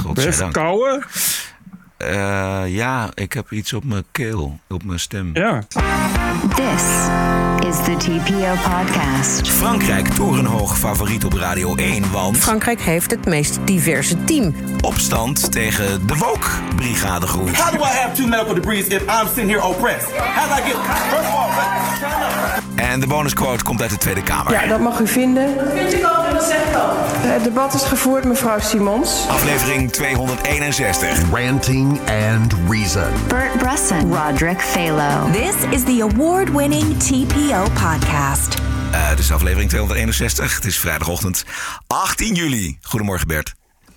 Ben je verkouden? Ja, ik heb iets op mijn keel, op mijn stem. Ja. This is the TPO podcast. Frankrijk torenhoog favoriet op Radio 1, want... Frankrijk heeft het meest diverse team. Opstand tegen de woke-brigadegroep. How do I have 2 medical degrees if I'm sitting here oppressed? How do I get... First of all, En de bonusquote komt uit de Tweede Kamer. Ja, dat mag u vinden. Het debat is gevoerd, mevrouw Simons. Aflevering 261. Ranting and Reason. Bert Bresson, Roderick Phalo. This is the award-winning TPO podcast. Het is aflevering 261. Het is vrijdagochtend 18 juli. Goedemorgen Bert.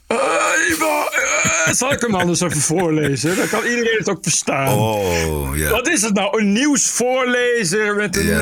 Zal ik hem anders even voorlezen? Dan kan iedereen het ook verstaan. Oh, ja. Wat is het nou? Een nieuwsvoorlezer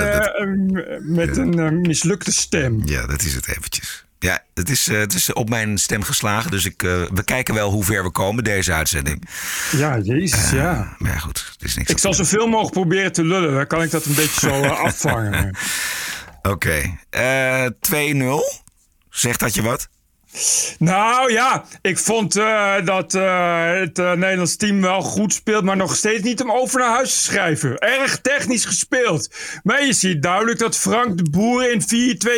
met een mislukte stem. Ja, dat is het eventjes. Ja, het is op mijn stem geslagen. Dus we kijken wel hoe ver we komen deze uitzending. Ja, jezus, ja. Maar ja, goed. Het is niks. Ik zal zoveel mogelijk proberen te lullen. Dan kan ik dat een beetje zo afvangen. Oké. 2-0. Zegt dat je wat? Nou ja, ik vond dat het Nederlands team wel goed speelt, maar nog steeds niet om over naar huis te schrijven. Erg technisch gespeeld. Maar je ziet duidelijk dat Frank de Boer in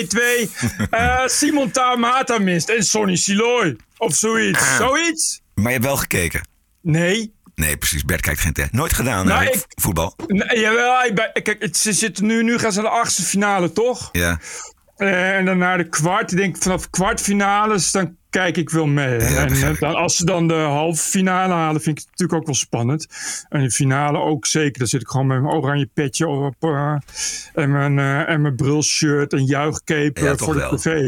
4-2-2 Simon Tamata mist en Sonny Siloy. Of zoiets. Zoiets. Maar je hebt wel gekeken? Nee. Nee, precies. Bert kijkt geen nooit gedaan, nou, voetbal? Nee, jawel, kijk, ze zitten nu gaan ze naar de 8e finale, toch? Ja. En dan naar de kwart. Ik denk vanaf kwartfinales, dan kijk ik wel mee. Ja, en dan, als ze dan de halve finale halen, vind ik het natuurlijk ook wel spannend. En de finale ook zeker. Dan zit ik gewoon met mijn oranje petje op. En mijn brulshirt en juichcape voor de tv.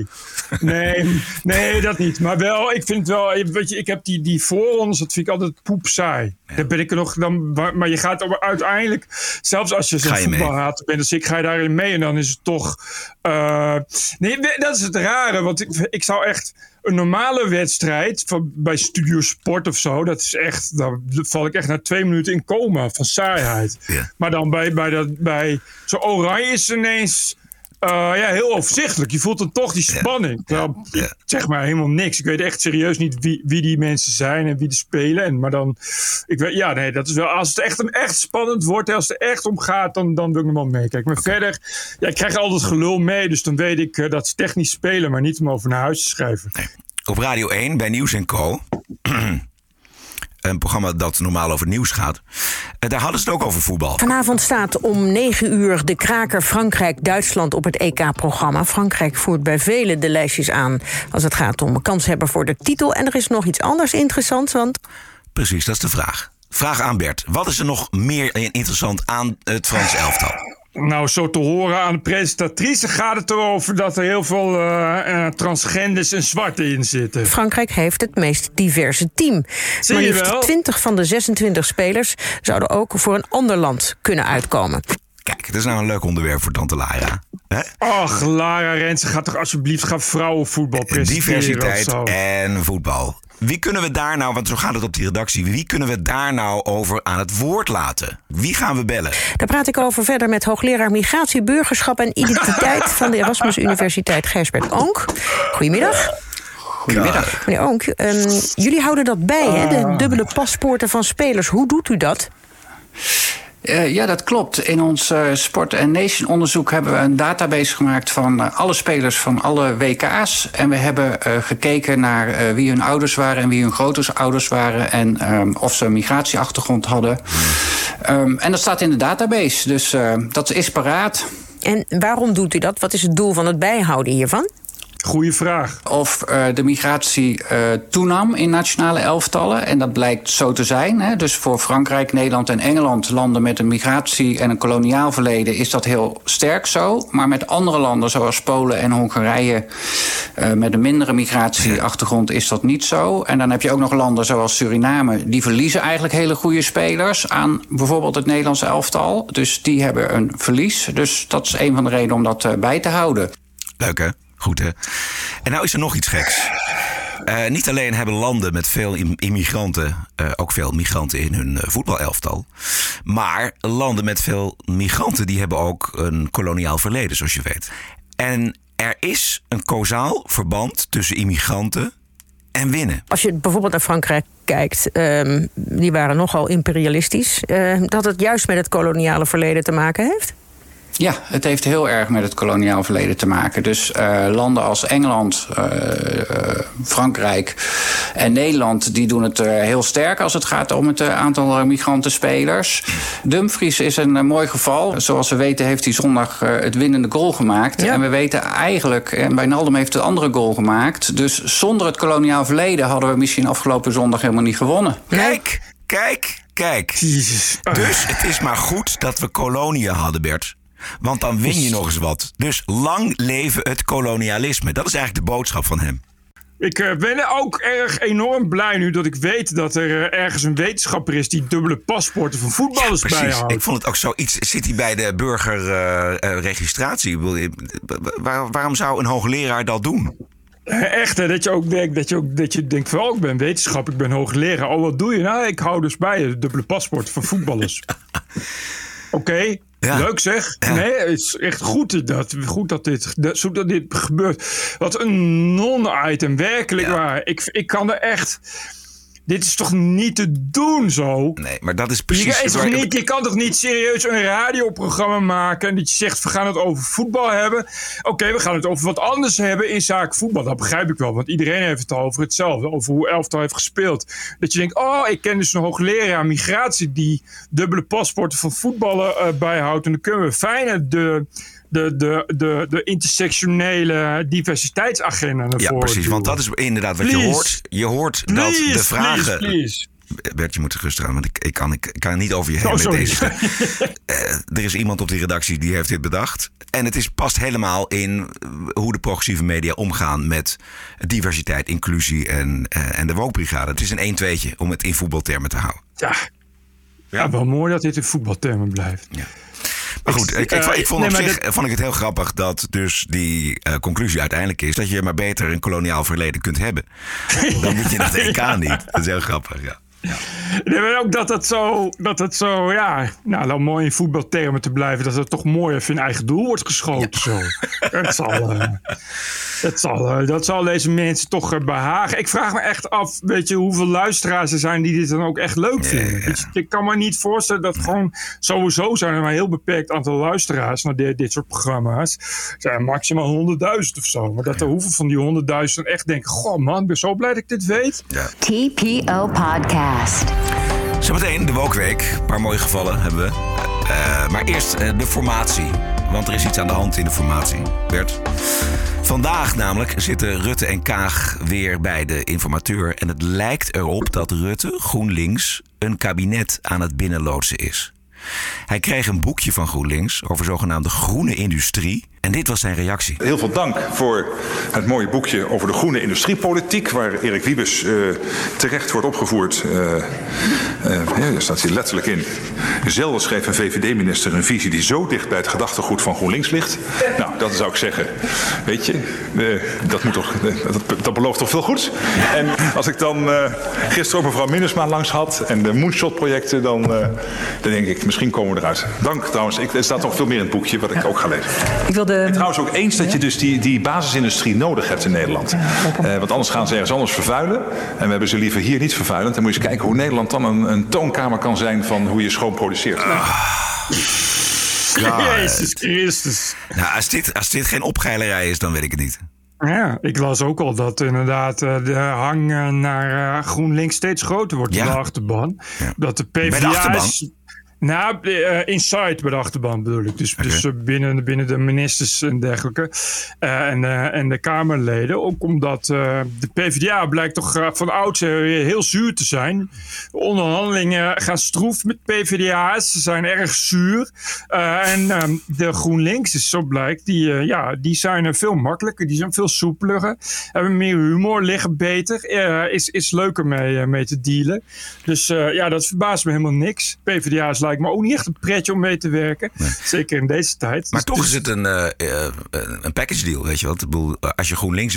Nee, dat niet. Maar wel, ik vind het wel... Weet je, ik heb die voorrondes, dat vind ik altijd poepsaai. Ja. Dan ben ik er nog... maar je gaat uiteindelijk... Zelfs als je zo'n voetbalhater bent, dus ga je daarin mee. En dan is het toch... nee, dat is het rare. Want ik zou echt... Een normale wedstrijd bij Studio Sport of zo, dat is echt, daar val ik echt na 2 minuten in coma van saaiheid. Ja. Maar dan bij zo oranje is het ineens heel overzichtelijk. Je voelt dan toch die spanning. Terwijl, ik zeg maar helemaal niks. Ik weet echt serieus niet wie die mensen zijn en wie er spelen. Maar dan, dat is wel, als het echt spannend wordt, als het er echt om gaat, dan wil ik nog wel meekijken. Maar verder, ik krijg altijd gelul mee, dus dan weet ik dat ze technisch spelen, maar niet om over naar huis te schrijven. Nee. Op Radio 1 bij Nieuws & Co. Een programma dat normaal over nieuws gaat. Daar hadden ze het ook over voetbal. Vanavond staat om 9 uur de kraker Frankrijk-Duitsland op het EK-programma. Frankrijk voert bij velen de lijstjes aan als het gaat om kanshebber voor de titel. En er is nog iets anders interessants, want... Precies, dat is de vraag. Vraag aan Bert. Wat is er nog meer interessant aan het Franse elftal? Nou, zo te horen aan de presentatrice gaat het erover dat er heel veel transgenders en zwarte in zitten. Frankrijk heeft het meest diverse team. Maar liefst 20 van de 26 spelers zouden ook voor een ander land kunnen uitkomen. Kijk, dat is nou een leuk onderwerp voor tante Lara. Hè? Ach, Lara Rensen, ga toch alsjeblieft vrouwenvoetbal presenteren. Diversiteit en voetbal. Wie kunnen we daar nou, want zo gaat het op die redactie... wie kunnen we daar nou over aan het woord laten? Wie gaan we bellen? Daar praat ik over verder met hoogleraar Migratie, Burgerschap en Identiteit... van de Erasmus Universiteit Gijsbert Oonk. Goedemiddag. Goedemiddag. Meneer Oonk, jullie houden dat bij, hè? De dubbele paspoorten van spelers. Hoe doet u dat? Ja, dat klopt. In ons Sport and Nation onderzoek hebben we een database gemaakt van alle spelers van alle WK's. En we hebben gekeken naar wie hun ouders waren en wie hun grootouders waren. En of ze een migratieachtergrond hadden. En dat staat in de database, dus dat is paraat. En waarom doet u dat? Wat is het doel van het bijhouden hiervan? Goeie vraag. Of de migratie toenam in nationale elftallen. En dat blijkt zo te zijn. Hè. Dus voor Frankrijk, Nederland en Engeland, landen met een migratie en een koloniaal verleden, is dat heel sterk zo. Maar met andere landen, zoals Polen en Hongarije, met een mindere migratieachtergrond, is dat niet zo. En dan heb je ook nog landen zoals Suriname, die verliezen eigenlijk hele goede spelers aan bijvoorbeeld het Nederlandse elftal. Dus die hebben een verlies. Dus dat is een van de redenen om dat bij te houden. Leuk, hè? Goed, hè? En nou is er nog iets geks. Niet alleen hebben landen met veel immigranten, ook veel migranten in hun voetbalelftal. Maar landen met veel migranten, die hebben ook een koloniaal verleden, zoals je weet. En er is een causaal verband tussen immigranten en winnen. Als je bijvoorbeeld naar Frankrijk kijkt, die waren nogal imperialistisch. Dat het juist met het koloniale verleden te maken heeft? Ja, het heeft heel erg met het koloniaal verleden te maken. Dus landen als Engeland, Frankrijk en Nederland, die doen het heel sterk als het gaat om het aantal migrantenspelers. Dumfries is een mooi geval. Zoals we weten heeft hij zondag het winnende goal gemaakt. Ja. En we weten eigenlijk, en Wijnaldum heeft de andere goal gemaakt. Dus zonder het koloniaal verleden hadden we misschien afgelopen zondag helemaal niet gewonnen. Kijk. Dus het is maar goed dat we koloniën hadden, Bert. Want dan win je nog eens wat. Dus lang leven het kolonialisme. Dat is eigenlijk de boodschap van hem. Ik ben ook erg enorm blij nu dat ik weet dat er ergens een wetenschapper is die dubbele paspoorten van voetballers bijhoudt. Ik vond het ook zoiets. Zit hij bij de burgerregistratie? Waarom zou een hoogleraar dat doen? Echt, hè, dat je ook denkt van, ik ben wetenschapper, ik ben hoogleraar. Oh, wat doe je? Nou, ik hou dus bij de dubbele paspoorten van voetballers. Oké. Ja. Leuk zeg. Ja. Nee, het is echt goed dat dit gebeurt. Wat een non-item, werkelijk waar. Ik kan er echt... Dit is toch niet te doen zo? Nee, maar dat is precies... Je kan toch niet serieus een radioprogramma maken en dat je zegt, we gaan het over voetbal hebben. Oké, we gaan het over wat anders hebben in zaken voetbal. Dat begrijp ik wel, want iedereen heeft het over hetzelfde. Over hoe elftal heeft gespeeld. Dat je denkt, ik ken dus een hoogleraar migratie die dubbele paspoorten van voetballen bijhoudt. En dan kunnen we fijn de intersectionele diversiteitsagenda naar voren precies, want dat is inderdaad wat je hoort. Je hoort dat de vragen... Please. Bert, je moet er rustig aan, want ik kan niet over je heen met deze. Er is iemand op die redactie die heeft dit bedacht. En het past helemaal in hoe de progressieve media omgaan met diversiteit, inclusie en de woke-brigade. Het is een 1-2'tje om het in voetbaltermen te houden. Ja, wel mooi dat dit in voetbaltermen blijft. Ja. Maar goed, ik vond vond ik het heel grappig dat dus die conclusie uiteindelijk is dat je maar beter een koloniaal verleden kunt hebben dan dat je dat EK niet. Dat is heel grappig, ja. Nee, maar ook nou mooi in voetbaltermen te blijven, dat het toch mooi even in eigen doel wordt geschoten. Zo. Dat zal deze mensen toch behagen. Ik vraag me echt af, weet je, hoeveel luisteraars er zijn die dit dan ook echt leuk vinden. Ja. Ik kan me niet voorstellen dat gewoon sowieso zijn er maar een heel beperkt aantal luisteraars naar dit soort programma's. Er zijn maximaal 100.000 of zo. Maar dat er hoeveel van die 100.000 echt denken, goh man, ik ben zo blij dat ik dit weet. Ja. TPO Podcast. Zometeen de Wookweek. Een paar mooie gevallen hebben we. Maar eerst de formatie. Want er is iets aan de hand in de formatie. Bert? Vandaag namelijk zitten Rutte en Kaag weer bij de informateur. En het lijkt erop dat Rutte, GroenLinks, een kabinet aan het binnenloodsen is. Hij kreeg een boekje van GroenLinks over zogenaamde groene industrie. En dit was zijn reactie. Heel veel dank voor het mooie boekje over de groene industriepolitiek, waar Erik Wiebes terecht wordt opgevoerd. Daar staat hier letterlijk in. Zelden schreef een VVD-minister een visie die zo dicht bij het gedachtegoed van GroenLinks ligt. Nou, dat zou ik zeggen. Weet je, dat belooft toch veel goeds. En als ik dan gisteren ook mevrouw Minnesma langs had en de Moonshot-projecten, dan denk ik, misschien komen we eruit. Dank trouwens. Er staat nog veel meer in het boekje wat ik ook ga lezen. En trouwens ook eens dat je dus die basisindustrie nodig hebt in Nederland. Want anders gaan ze ergens anders vervuilen. En we hebben ze liever hier niet vervuilend. Dan moet je eens kijken hoe Nederland dan een toonkamer kan zijn van hoe je schoon produceert. Jezus Christus. Nou, als dit geen opgeilerij is, dan weet ik het niet. Ja, ik las ook al dat inderdaad de hang naar GroenLinks steeds groter wordt in de achterban. Ja. Dat de PvdA... Bij de achterban? Nou, inside bij de achterban bedoel ik. Dus binnen de ministers en dergelijke. En de Kamerleden. Ook omdat de PvdA blijkt toch van oudsher heel zuur te zijn. De onderhandelingen gaan stroef met PvdA's. Ze zijn erg zuur. En de GroenLinks is zo blijkt. Die zijn veel makkelijker. Die zijn veel soepeler. Hebben meer humor. Liggen beter. Is leuker mee te dealen. Dus dat verbaast me helemaal niks. PvdA is lijkt me ook niet echt een pretje om mee te werken. Nee. Zeker in deze tijd. Maar toch is het een package deal, weet je wat? Ik bedoel, als je GroenLinks wil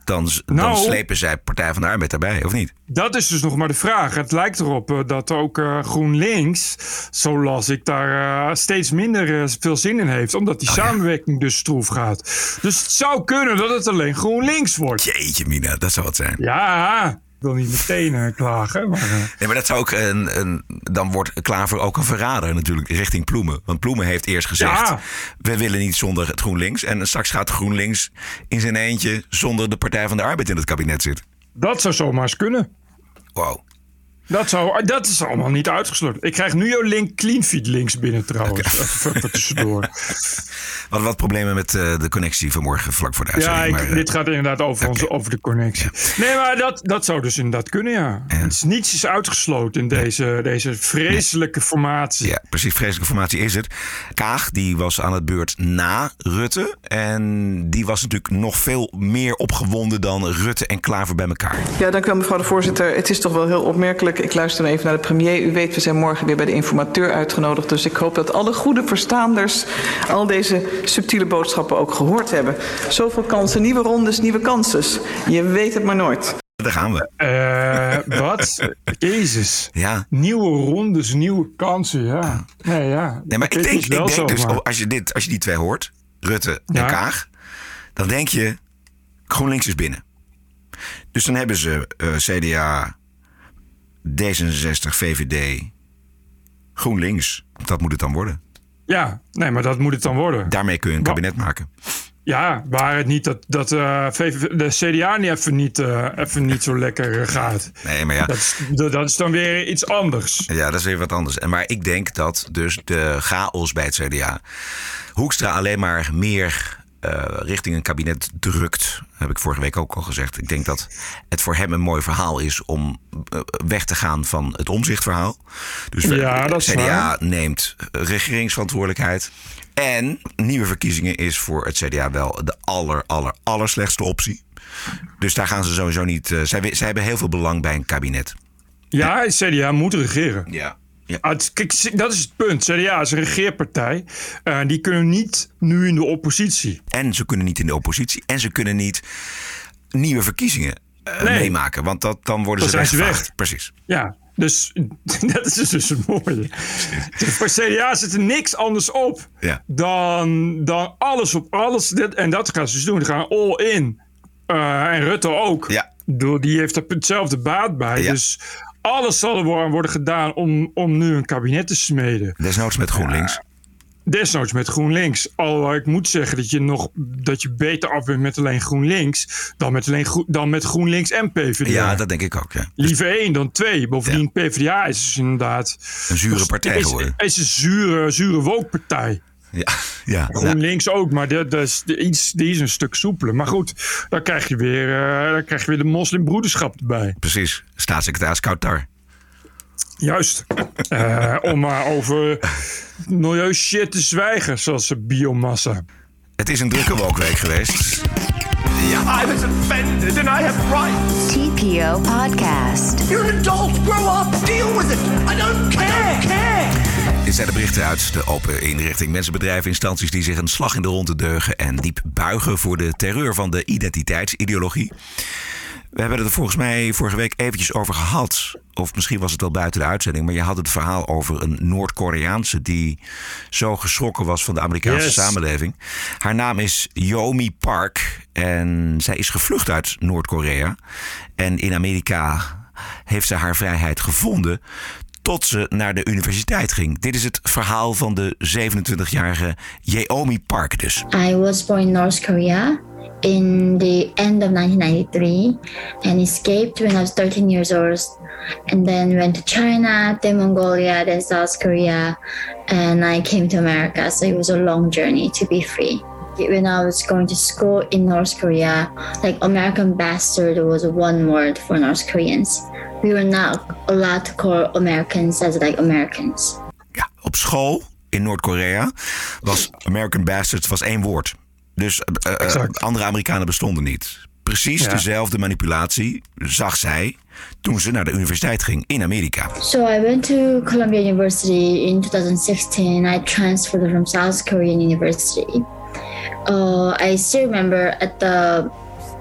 dan slepen zij Partij van de Arbeid daarbij, of niet? Dat is dus nog maar de vraag. Het lijkt erop dat ook GroenLinks, zo las ik, daar steeds minder veel zin in heeft. Omdat die samenwerking dus stroef gaat. Dus het zou kunnen dat het alleen GroenLinks wordt. Jeetje mina, dat zou wat zijn. Ja, ik wil niet meteen klagen. Maar, nee, maar dat zou ook dan wordt Klaver ook een verrader natuurlijk richting Ploemen. Want Ploemen heeft eerst gezegd, we willen niet zonder het GroenLinks. En straks gaat GroenLinks in zijn eentje zonder de Partij van de Arbeid in het kabinet zitten. Dat zou zomaar eens kunnen. Wow. Dat is allemaal niet uitgesloten. Ik krijg nu jouw link CleanFeed links binnen trouwens. Even tussendoor. We hadden wat problemen met de connectie vanmorgen vlak voor de uitzending. Dit gaat inderdaad over de connectie. Ja. Nee, maar dat zou dus inderdaad kunnen, ja. Niets is uitgesloten in deze vreselijke formatie. Ja, precies, vreselijke formatie is het. Kaag, die was aan het beurt na Rutte. En die was natuurlijk nog veel meer opgewonden dan Rutte en Klaver bij elkaar. Ja, dank u wel, mevrouw de voorzitter. Het is toch wel heel opmerkelijk. Ik luister even naar de premier. U weet, we zijn morgen weer bij de informateur uitgenodigd. Dus ik hoop dat alle goede verstaanders al deze subtiele boodschappen ook gehoord hebben. Zoveel kansen, nieuwe rondes, nieuwe kansen. Je weet het maar nooit. Daar gaan we. Wat? Jezus. Ja. Nieuwe rondes, nieuwe kansen, ja. Nee, maar ik denk dus, als je die twee hoort, Rutte en Kaag, dan denk je, GroenLinks is binnen. Dus dan hebben ze CDA, D66, VVD, GroenLinks. Dat moet het dan worden. Ja, nee, maar dat moet het dan worden. Daarmee kun je een kabinet maken. Ja, waar het niet dat de CDA even niet zo lekker gaat. Nee, maar ja. Dat is dan weer iets anders. Ja, dat is weer wat anders. Maar ik denk dat dus de chaos bij het CDA Hoekstra alleen maar meer richting een kabinet drukt. Heb ik vorige week ook al gezegd. Ik denk dat het voor hem een mooi verhaal is om weg te gaan van het Omtzigt-verhaal. Dus het CDA neemt regeringsverantwoordelijkheid. En nieuwe verkiezingen is voor het CDA wel de aller slechtste optie. Dus daar gaan ze sowieso niet. Zij hebben heel veel belang bij een kabinet. Ja, het CDA moet regeren. Ja. Kijk, dat is het punt. CDA is een regeerpartij. Die kunnen niet nu in de oppositie. En ze kunnen niet in de oppositie. En ze kunnen niet nieuwe verkiezingen meemaken. Want dan worden ze weggevaagd. Precies. Ja, dus dat is dus het mooie. Voor CDA zit er niks anders op dan alles op alles. En dat gaan ze dus doen. Ze gaan all in. En Rutte ook. Ja. Die heeft er hetzelfde baat bij. Ja. Dus alles zal er worden gedaan om nu een kabinet te smeden. Desnoods met GroenLinks. Desnoods met GroenLinks. Alhoewel ik moet zeggen dat je beter af bent met alleen GroenLinks dan met GroenLinks en PvdA. Ja, dat denk ik ook. Ja. Liever 1 dan 2. Bovendien PvdA is dus inderdaad een zure partij geworden. Is een zure woke-partij. Ja. GroenLinks ook, maar die is een stuk soepeler. Maar goed, dan krijg je weer de moslimbroederschap erbij. Precies, staatssecretaris Kautar. Juist. Om maar over milieu shit te zwijgen, zoals biomassa. Het is een drukke wokeweek geweest. I was offended and I have rights. TPO Podcast. You're an adult. Grow up. Deal with it. I don't care. Dit zijn de berichten uit de open inrichting. Mensen, bedrijven, instanties die zich een slag in de ronde deugen en diep buigen voor de terreur van de identiteitsideologie. We hebben het er volgens mij vorige week eventjes over gehad. Of misschien was het wel buiten de uitzending. Maar je had het verhaal over een Noord-Koreaanse die zo geschrokken was van de Amerikaanse samenleving. Haar naam is Yeomi Park. En zij is gevlucht uit Noord-Korea. En in Amerika heeft ze haar vrijheid gevonden tot ze naar de universiteit ging. Dit is het verhaal van de 27-jarige Yeomi Park dus. I was born in North Korea in the end of 1993 and escaped when I was 13 years old, and then went to China, then Mongolia, then South Korea, and I came to America. So it was a long journey to be free. When I was going to school in North Korea, like American bastard was one word for North Koreans. We were not allowed to call Americans as like Americans. Ja, op school in Noord-Korea was American bastards was één woord. Dus andere Amerikanen bestonden niet. Precies dezelfde manipulatie zag zij toen ze naar de universiteit ging in Amerika. So I went to Columbia University in 2016. I transferred from South Korean University. I still remember at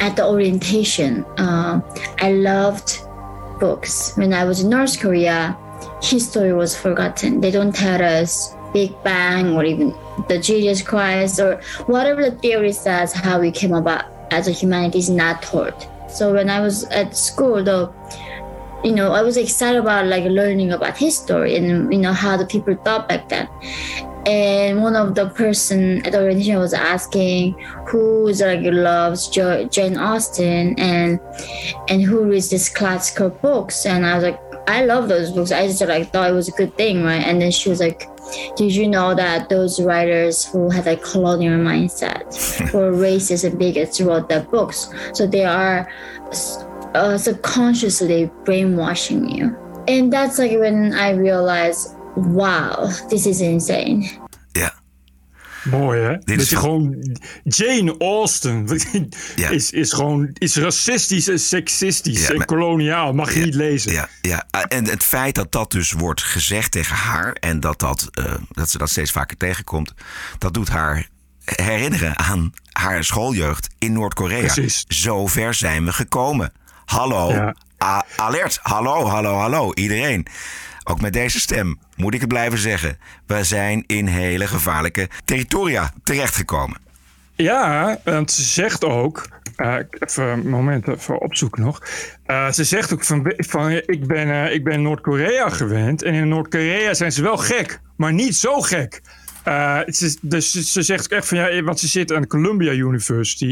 at the orientation, I loved books. When I was in North Korea, history was forgotten. They don't tell us Big Bang or even the Jesus Christ or whatever the theory says how we came about as a humanity is not taught. So when I was at school, though, I was excited about learning about history and how the people thought back then. And one of the person at the orientation was asking who loves Jane Austen and who reads these classical books. And I was like, I love those books. I just thought it was a good thing, right? And then she was like, did you know that those writers who had a colonial mindset were racist and bigots wrote their books? So they are subconsciously brainwashing you. And that's when I realized, wow, this is insane. Ja. Mooi, hè? Dat je gewoon... Jane Austen is racistisch en seksistisch en koloniaal. Mag je niet lezen. Ja. En het feit dat dat dus wordt gezegd tegen haar... en dat ze dat steeds vaker tegenkomt... dat doet haar herinneren aan haar schooljeugd in Noord-Korea. Precies. Zo ver zijn we gekomen. Hallo, alert, hallo, iedereen. Ook met deze stem moet ik het blijven zeggen. We zijn in hele gevaarlijke territoria terechtgekomen. Ja, want ze zegt ook... even een moment even opzoeken nog. Ze zegt ook van ik ben Noord-Korea gewend. En in Noord-Korea zijn ze wel gek, maar niet zo gek. Dus ze zegt ook echt van want ze zit aan Columbia University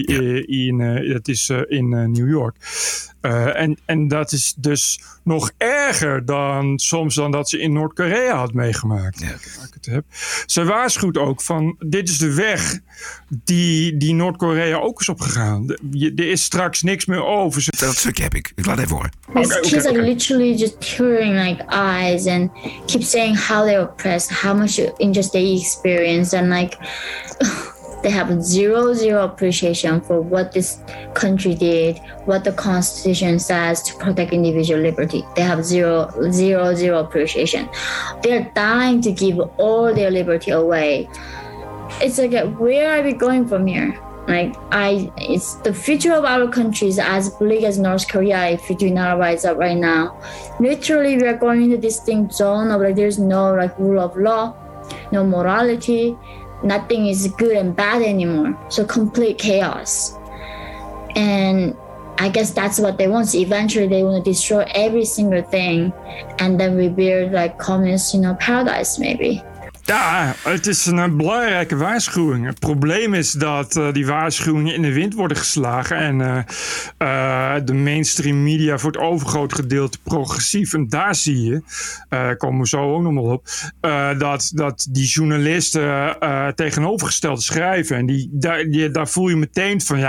in New York. En dat is dus nog erger dan dat ze in Noord-Korea had meegemaakt. Ja. Ik het heb. Ze waarschuwt ook van dit is de weg die Noord-Korea ook is opgegaan. Er is straks niks meer over. Dat stukje heb ik. Ik laat even horen. These kids are literally just tearing eyes and keep saying how they're oppressed, how much injustice they experience, and they have zero appreciation for what this country did, what the Constitution says to protect individual liberty. They have zero appreciation. They're dying to give all their liberty away. It's where are we going from here? It's the future of our country is as bleak as North Korea if we do not rise up right now. Literally, we are going into this zone of there's no rule of law, no morality. Nothing is good and bad anymore. So complete chaos. And I guess that's what they want. So eventually they want to destroy every single thing and then rebuild communist, paradise maybe. Ja, het is een belangrijke waarschuwing. Het probleem is dat die waarschuwingen in de wind worden geslagen. En de mainstream media voor het overgrote gedeelte progressief. En daar zie je, komen we zo ook nog wel op, dat die journalisten tegenovergestelde schrijven. En daar voel je meteen van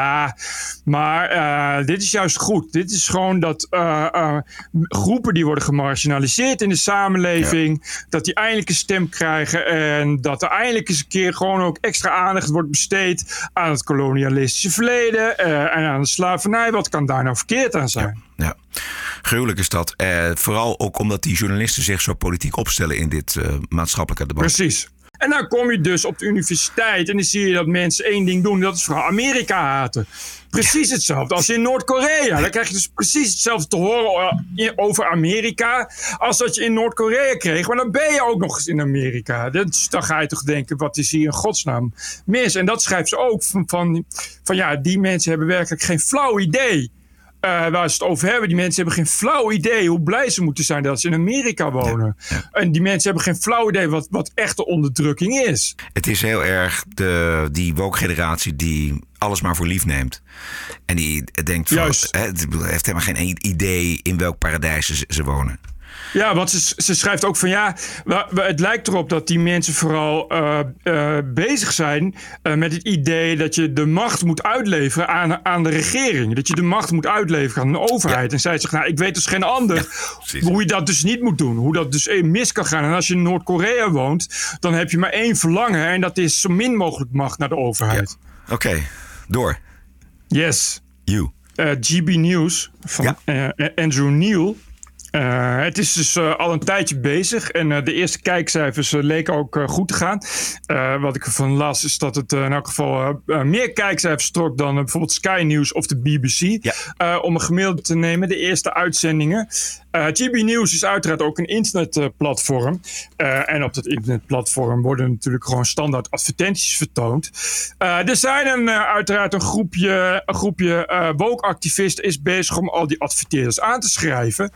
maar dit is juist goed. Dit is gewoon dat groepen die worden gemarginaliseerd in de samenleving, dat die eindelijk een stem krijgen. En dat er eindelijk eens een keer gewoon ook extra aandacht wordt besteed aan het kolonialistische verleden en aan de slavernij. Wat kan daar nou verkeerd aan zijn? Ja. Gruwelijk is dat. Vooral ook omdat die journalisten zich zo politiek opstellen in dit maatschappelijke debat. Precies. En dan kom je dus op de universiteit en dan zie je dat mensen één ding doen. Dat is vooral Amerika haten. Precies hetzelfde als in Noord-Korea. Dan krijg je dus precies hetzelfde te horen over Amerika als dat je in Noord-Korea kreeg. Maar dan ben je ook nog eens in Amerika. Dus dan ga je toch denken, wat is hier in godsnaam mis? En dat schrijft ze ook van die mensen hebben werkelijk geen flauw idee. Waar ze het over hebben. Die mensen hebben geen flauw idee hoe blij ze moeten zijn dat ze in Amerika wonen. Ja. En die mensen hebben geen flauw idee wat echte onderdrukking is. Het is heel erg die woke generatie die alles maar voor lief neemt. En die denkt van, heeft helemaal geen idee in welk paradijs ze wonen. Ja, want ze schrijft ook van het lijkt erop dat die mensen vooral bezig zijn met het idee dat je de macht moet uitleveren aan de regering. Dat je de macht moet uitleveren aan de overheid. Ja. En zij zegt, ik weet dus geen ander hoe je dat dus niet moet doen. Hoe dat dus mis kan gaan. En als je in Noord-Korea woont, dan heb je maar één verlangen. En dat is zo min mogelijk macht naar de overheid. Ja. Oké, door. Yes. You. GB News van Andrew Neil. Het is dus al een tijdje bezig en de eerste kijkcijfers leken ook goed te gaan. Wat ik ervan las is dat het in elk geval meer kijkcijfers trok dan bijvoorbeeld Sky News of de BBC. Ja. Om een gemiddelde te nemen, de eerste uitzendingen. GB News is uiteraard ook een internetplatform. En op dat internetplatform worden natuurlijk gewoon standaard advertenties vertoond. Er zijn uiteraard een groepje woke-activisten is bezig om al die adverteerders aan te schrijven.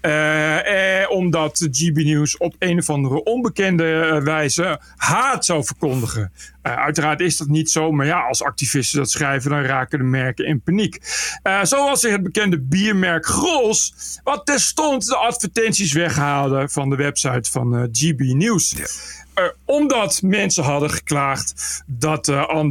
Omdat GB News op een of andere onbekende wijze haat zou verkondigen. Uiteraard is dat niet zo, maar ja, als activisten dat schrijven, dan raken de merken in paniek. Zoals het bekende biermerk Grols, wat terstond de advertenties weghaalde van de website van GB News. Ja. Omdat mensen hadden geklaagd dat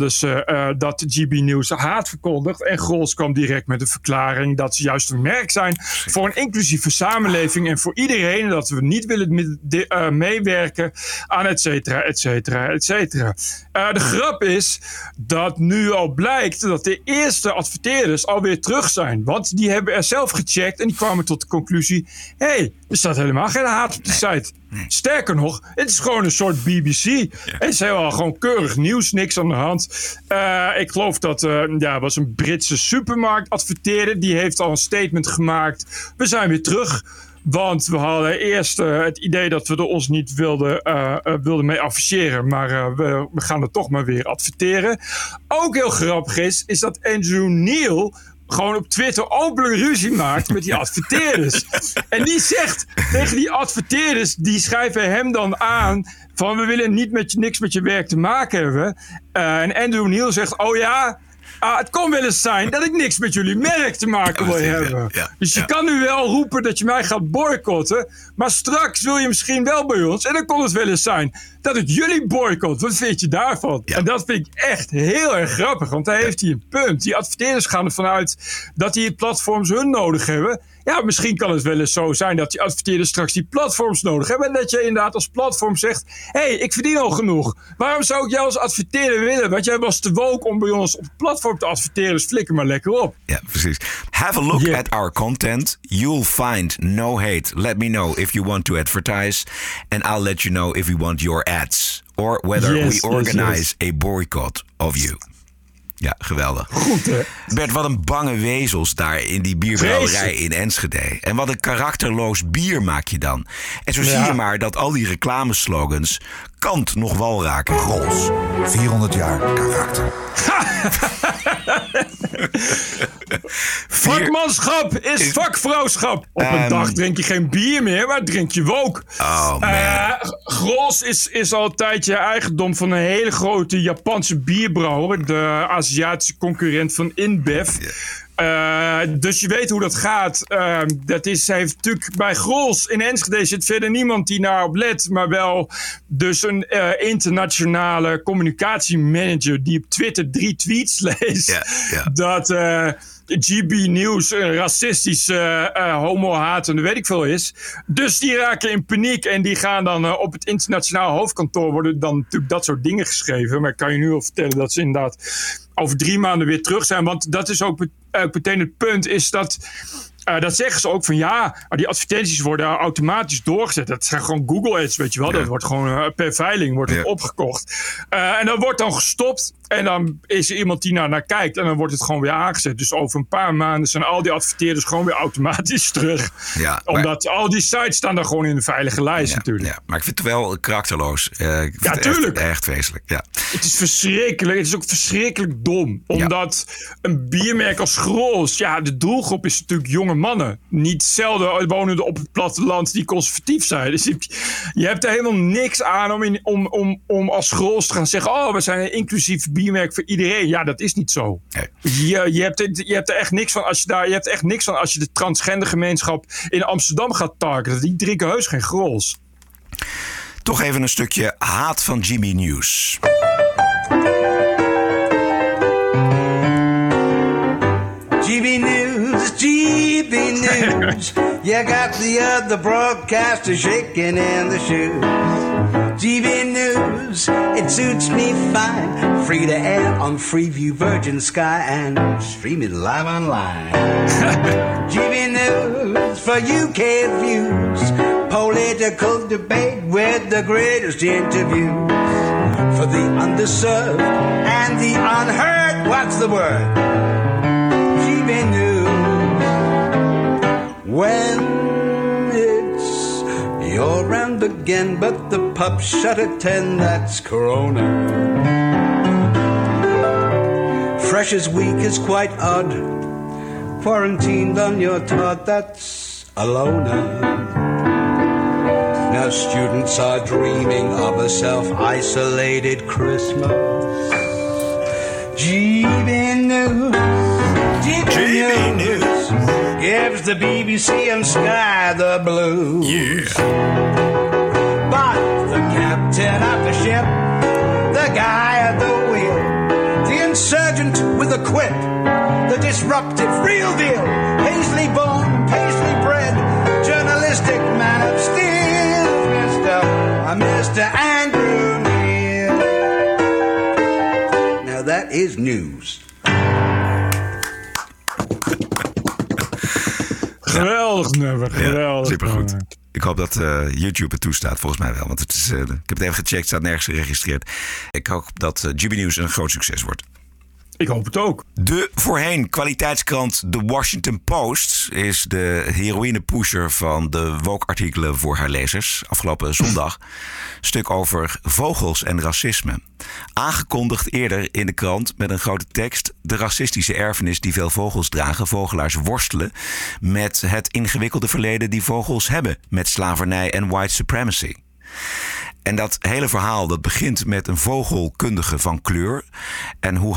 dat GB News haat verkondigt. En Grols kwam direct met een verklaring dat ze juist een merk zijn voor een inclusieve samenleving en voor iedereen. Dat we niet willen meewerken aan et cetera, et cetera, et cetera. De grap is dat nu al blijkt dat de eerste adverteerders alweer terug zijn. Want die hebben er zelf gecheckt en die kwamen tot de conclusie: er staat helemaal geen haat op de site. Sterker nog, het is gewoon een soort BBC. Ja. Het is helemaal gewoon keurig nieuws, niks aan de hand. Ik geloof dat was een Britse supermarkt adverteerde. Die heeft al een statement gemaakt. We zijn weer terug. Want we hadden eerst het idee dat we er ons niet wilden mee afficheren. Maar we gaan er toch maar weer adverteren. Ook heel grappig is dat Andrew Neil gewoon op Twitter openlijk ruzie maakt met die adverteerders. En die zegt tegen die adverteerders, die schrijven hem dan aan van we willen niks met je werk te maken hebben. En Andrew Neil zegt, het kon wel eens zijn dat ik niks met jullie merk te maken wil hebben. Dus je kan nu wel roepen dat je mij gaat boycotten. Maar straks wil je misschien wel bij ons. En dan kon het wel eens zijn dat ik jullie boycott. Wat vind je daarvan? Ja. En dat vind ik echt heel erg grappig. Want daar heeft hij een punt. Die adverteerders gaan ervan uit dat die platforms hun nodig hebben. Ja, misschien kan het wel eens zo zijn dat die adverteerders straks die platforms nodig hebben. En dat je inderdaad als platform zegt, ik verdien al genoeg. Waarom zou ik jou als adverteerder willen? Want jij was te woke om bij ons op het platform te adverteren. Dus flikker maar lekker op. Ja, precies. Have a look at our content. You'll find no hate. Let me know if you want to advertise. And I'll let you know if we want your ads. Or whether we organize a boycott of you. Ja, geweldig. Goed, hè? Bert, wat een bange wezels daar in die bierbrouwerij in Enschede. En wat een karakterloos bier maak je dan. En zo zie je maar dat al die reclameslogans kant nog wal raken. Grols, 400 jaar karakter. Vakmanschap is vakvrouwschap. Op een dag drink je geen bier meer, maar drink je woke. Grols is al een tijdje eigendom van een hele grote Japanse bierbrouwer. De Aziatische concurrent van InBev. Dus je weet hoe dat gaat. Hij heeft natuurlijk bij Grols in Enschede zit verder niemand die daarop let. Maar wel dus een internationale communicatiemanager die op Twitter 3 tweets leest. Dat GB News een racistische, homo-hatende weet ik veel is. Dus die raken in paniek en die gaan dan op het internationaal hoofdkantoor worden dan natuurlijk dat soort dingen geschreven. Maar ik kan je nu al vertellen dat ze inderdaad over 3 maanden weer terug zijn. Want dat is ook meteen het punt, is dat zeggen ze ook van die advertenties worden automatisch doorgezet. Dat zijn gewoon Google Ads, weet je wel. Dat wordt gewoon per veiling wordt opgekocht. En dat wordt dan gestopt. En dan is er iemand die naar kijkt. En dan wordt het gewoon weer aangezet. Dus over een paar maanden zijn al die adverteerders gewoon weer automatisch terug. Ja, omdat al die sites staan dan gewoon in de veilige lijst natuurlijk. Ja, maar ik vind het wel karakterloos. Ik vind het tuurlijk. Echt vreselijk. Ja. Het is verschrikkelijk. Het is ook verschrikkelijk dom. Omdat een biermerk als Grols, de doelgroep is natuurlijk jonge mannen. Niet zelden wonen op het platteland die conservatief zijn. Dus je hebt er helemaal niks aan om als Grols te gaan zeggen, we zijn een inclusief biermerk voor iedereen. Ja, dat is niet zo. Nee. Je hebt er echt niks van als je de transgender gemeenschap in Amsterdam gaat targeten. Die drinken heus geen Grols. Toch even een stukje haat van GB News. GB News, GB News. You got the other broadcaster shaking in the shoes. GB News, it suits me fine. Free to air on Freeview, Virgin Sky, and streaming live online. GB News for UK views. Political debate with the greatest interviews. For the underserved and the unheard. What's the word? GB News. When it's your round again, but the pub shut at 10, that's Corona. Fresh as week is quite odd. Quarantined on your Todd, that's Alona. Now students are dreaming of a self-isolated Christmas. GB News, GB News gives the BBC and Sky the blues. Yeah. But the captain of the ship, the guy at the wheel, the insurgent with a quip, the disruptive real deal, Paisley born, Paisley bred, journalistic man of steel. Mr. Andrew Neil. Now that is news. Geweldig nummer, geweldig. Ja, supergoed. Ik hoop dat YouTube het toestaat, volgens mij wel. Want het is, ik heb het even gecheckt, staat nergens geregistreerd. Ik hoop dat GB News een groot succes wordt. Ik hoop het ook. De voorheen kwaliteitskrant The Washington Post is de heroïne-pusher van de woke-artikelen voor haar lezers. Afgelopen zondag stuk over vogels en racisme. Aangekondigd eerder in de krant met een grote tekst: de racistische erfenis die veel vogels dragen. Vogelaars worstelen met het ingewikkelde verleden die vogels hebben met slavernij en white supremacy. En dat hele verhaal dat begint met een vogelkundige van kleur. En hoe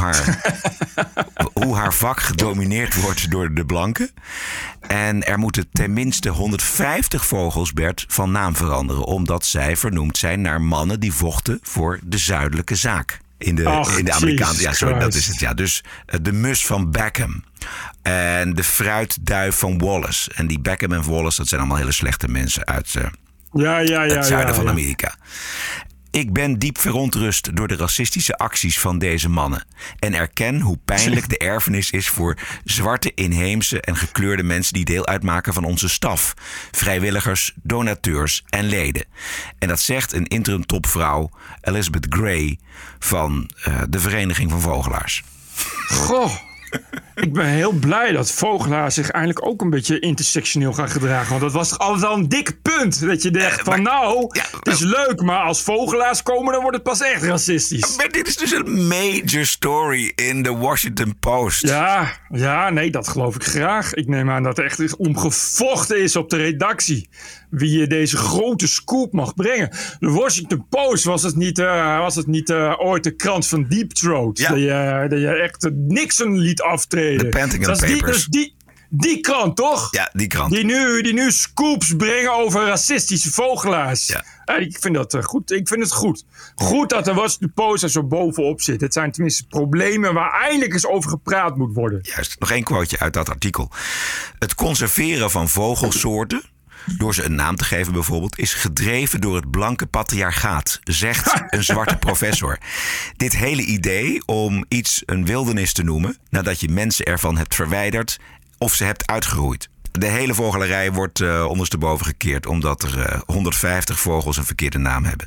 haar vak gedomineerd wordt door de blanken. En er moeten tenminste 150 vogels, Bert, van naam veranderen. Omdat zij vernoemd zijn naar mannen die vochten voor de zuidelijke zaak. In de Amerikaanse... Ja, sorry, dat is het. Ja. Dus de mus van Beckham. En de fruitduif van Wallace. En die Beckham en Wallace, dat zijn allemaal hele slechte mensen uit... het zuiden van Amerika. Ik ben diep verontrust door de racistische acties van deze mannen. En erken hoe pijnlijk de erfenis is voor zwarte, inheemse en gekleurde mensen die deel uitmaken van onze staf. Vrijwilligers, donateurs en leden. En dat zegt een interim topvrouw, Elizabeth Gray, van de Vereniging van Vogelaars. Goh. Ik ben heel blij dat vogelaars zich eindelijk ook een beetje intersectioneel gaan gedragen. Want dat was toch altijd al een dik punt. Dat je dacht van het is leuk, maar als vogelaars komen dan wordt het pas echt racistisch. Maar dit is dus een major story in de Washington Post. Ja, nee, dat geloof ik graag. Ik neem aan dat er echt om gevochten is op de redactie. Wie je deze grote scoop mag brengen. De Washington Post was het niet ooit de krant van Deep Throat. Ja. Dat je echt Nixon liet aftreden. De Pentagon Papers. Die krant, toch? Ja, die krant. Die nu scoops brengen over racistische vogelaars. Ja. Ik vind dat goed. Ik vind het goed. Goed dat de Washington Post er zo bovenop zit. Het zijn tenminste problemen waar eindelijk eens over gepraat moet worden. Juist, nog één quoteje uit dat artikel. Het conserveren van vogelsoorten, door ze een naam te geven bijvoorbeeld, is gedreven door het blanke patriarchaat, zegt een zwarte professor. Dit hele idee om iets een wildernis te noemen, nadat je mensen ervan hebt verwijderd of ze hebt uitgeroeid. De hele vogelarij wordt ondersteboven gekeerd omdat er 150 vogels een verkeerde naam hebben.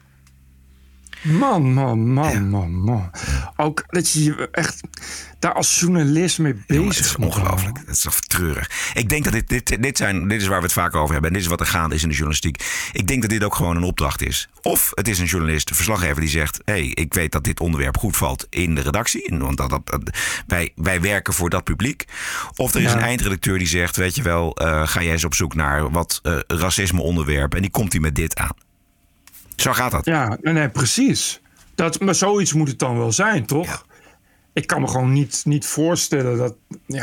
Man. Ook dat je echt daar als journalist mee bezig bent. Het is ongelooflijk. Het is toch treurig. Ik denk dat dit is waar we het vaak over hebben. En dit is wat er gaande is in de journalistiek. Ik denk dat dit ook gewoon een opdracht is. Of het is een journalist, een verslaggever die zegt: ik weet dat dit onderwerp goed valt in de redactie. Want wij werken voor dat publiek. Of er is een eindredacteur die zegt: weet je wel, ga jij eens op zoek naar wat racisme onderwerpen. En die komt hier met dit aan. Zo gaat dat. Ja, nee, precies. Maar zoiets moet het dan wel zijn, toch? Ja. Ik kan me gewoon niet voorstellen dat...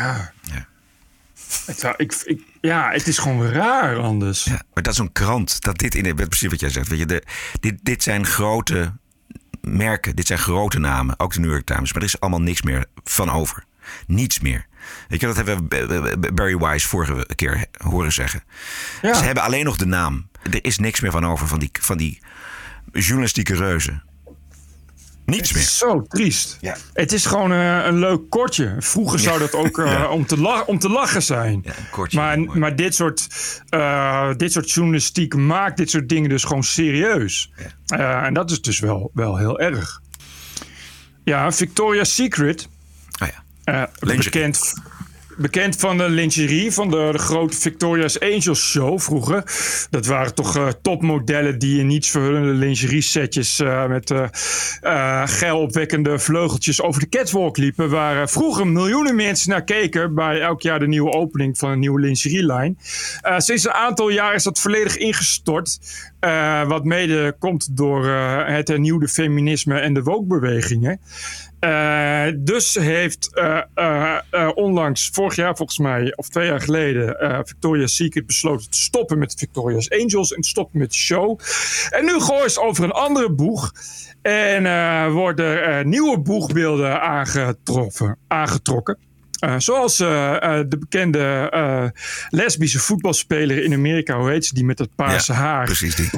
het is gewoon raar anders. Ja, maar dat is zo'n krant, dat dit precies wat jij zegt. Weet je, dit zijn grote merken, dit zijn grote namen. Ook de New York Times. Maar er is allemaal niks meer van over. Niets meer. Weet je, dat hebben we Barry Weiss vorige keer horen zeggen. Ja. Ze hebben alleen nog de naam. Er is niks meer van over van die journalistieke reuzen. Niets meer. Zo triest. Ja. Het is gewoon een leuk kortje. Vroeger zou dat ook om te lachen zijn. Ja, een kortje, maar dit soort journalistiek maakt dit soort dingen dus gewoon serieus. Ja. En dat is dus wel heel erg. Ja, Victoria's Secret. Oh ja. Bekend van de lingerie van de grote Victoria's Angels show vroeger. Dat waren toch topmodellen die in niets verhullende lingerie setjes met geilopwekkende vleugeltjes over de catwalk liepen. Waar vroeger miljoenen mensen naar keken bij elk jaar de nieuwe opening van een nieuwe lingerielijn. Sinds een aantal jaar is dat volledig ingestort. Wat mede komt door het hernieuwde feminisme en de woke-bewegingen. Dus heeft onlangs, vorig jaar volgens mij, of 2 jaar geleden, Victoria's Secret besloten te stoppen met Victoria's Angels en te stoppen met de show. En nu gooien ze over een andere boeg. En worden er nieuwe boegbeelden aangetrokken. Zoals de bekende lesbische voetbalspeler in Amerika, hoe heet ze, die met het paarse haar. Precies die.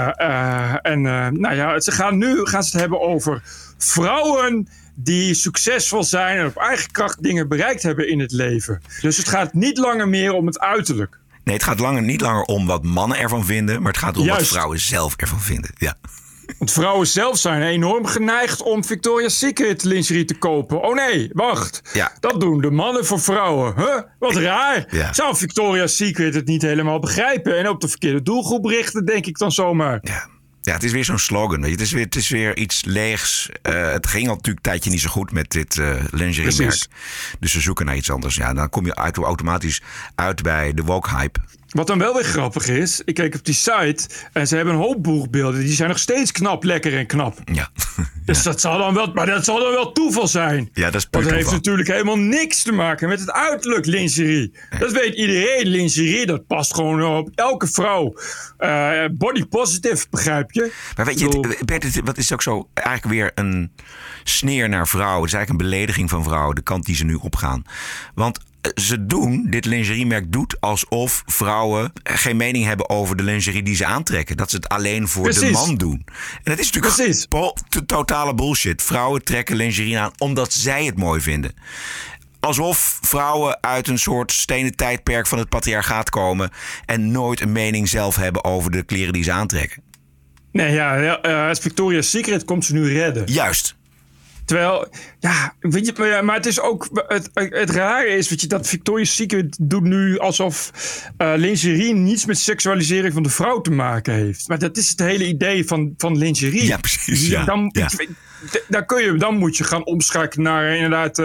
Ze gaan het hebben over vrouwen die succesvol zijn en op eigen kracht dingen bereikt hebben in het leven. Dus het gaat niet langer meer om het uiterlijk. Nee, het gaat niet langer om wat mannen ervan vinden, maar het gaat om wat vrouwen zelf ervan vinden. Ja. Want vrouwen zelf zijn enorm geneigd om Victoria's Secret lingerie te kopen. Oh nee, wacht. Ja. Dat doen de mannen voor vrouwen. Huh? Wat raar. Ja. Zou Victoria's Secret het niet helemaal begrijpen en op de verkeerde doelgroep richten, denk ik dan zomaar. Ja, het is weer zo'n slogan. Weet je. Het is weer iets leegs. Het ging al natuurlijk een tijdje niet zo goed met dit lingeriemerk. Dus ze zoeken naar iets anders. Ja, dan kom je automatisch uit bij de woke-hype. Wat dan wel weer grappig is, ik keek op die site en ze hebben een hoop boegbeelden. Die zijn nog steeds knap, lekker en knap. Ja. Dus dat zal dan wel toeval zijn. Ja, dat is puur Want het heeft toeval. natuurlijk helemaal niks te maken met het uiterlijk lingerie. Ja. Dat weet iedereen. Lingerie, dat past gewoon op elke vrouw. Body positive, begrijp je? Maar weet je, Bert, wat is ook zo eigenlijk weer een sneer naar vrouwen. Het is eigenlijk een belediging van vrouwen, de kant die ze nu opgaan. Want dit lingeriemerk doet alsof vrouwen geen mening hebben over de lingerie die ze aantrekken. Dat ze het alleen voor de man doen. En dat is natuurlijk totale bullshit. Vrouwen trekken lingerie aan omdat zij het mooi vinden. Alsof vrouwen uit een soort stenen tijdperk van het patriarchaat komen en nooit een mening zelf hebben over de kleren die ze aantrekken. Nee, Victoria's Secret komt ze nu redden. Juist. Terwijl, weet je, maar het is ook, het rare is, weet je, dat Victoria's Secret doet nu alsof lingerie niets met seksualisering van de vrouw te maken heeft. Maar dat is het hele idee van lingerie. Ja, precies. Dan moet je gaan omschakelen naar inderdaad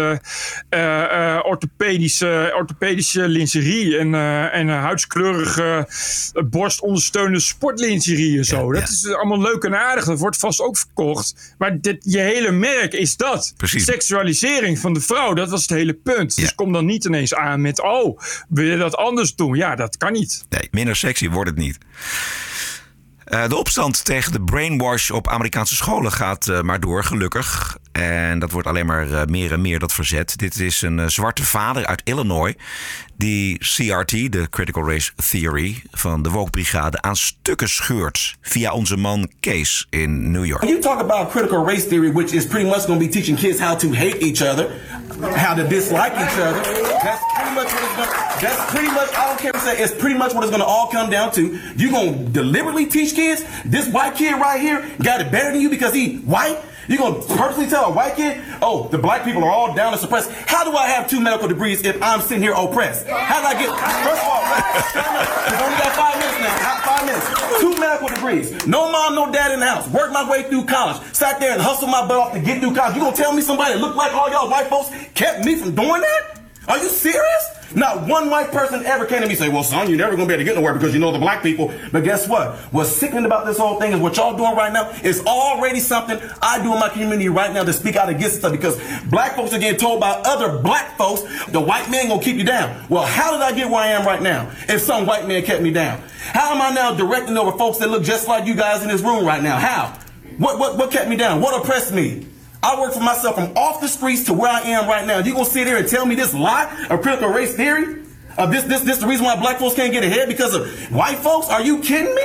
orthopedische lingerie en huidskleurige borstondersteunende sportlingerie en zo. Dat is allemaal leuk en aardig. Dat wordt vast ook verkocht. Maar je hele merk is dat. Precies. Seksualisering van de vrouw, dat was het hele punt. Dus kom dan niet ineens aan met, wil je dat anders doen? Ja, dat kan niet. Nee, minder sexy wordt het niet. De opstand tegen de brainwash op Amerikaanse scholen gaat maar door, gelukkig. En dat wordt alleen maar meer en meer dat verzet. Dit is een zwarte vader uit Illinois die CRT, de Critical Race Theory van de Woke-brigade, aan stukken scheurt via onze man Kees in New York. You talk about critical race theory, which is pretty much going to be teaching kids how to hate each other, how to dislike each other. That's pretty much, I don't care what you say, it's pretty much what it's going to all come down to. You're going to deliberately teach kids, this white kid right here got it better than you because he white? You're going to purposely tell a white kid, the black people are all down and suppressed. How do I have 2 medical degrees if I'm sitting here oppressed? How did I get, first of all, we've only got 5 minutes now, 5 minutes. 2 medical degrees. No mom, no dad in the house. Worked my way through college. Sat there and hustled my butt off to get through college. You going to tell me somebody that looked like all y'all white folks kept me from doing that? Are you serious? Not one white person ever came to me and say, well, son, you're never going to be able to get nowhere because you know the black people. But guess what? What's sickening about this whole thing is what y'all doing right now is already something I do in my community right now to speak out against stuff because black folks are getting told by other black folks, the white man going to keep you down. Well, how did I get where I am right now if some white man kept me down? How am I now directing over folks that look just like you guys in this room right now? How? What kept me down? What oppressed me? I work for myself from off the streets to where I am right now. You gonna sit here and tell me this lie of critical race theory? This the reason why black folks can't get ahead because of white folks? Are you kidding me?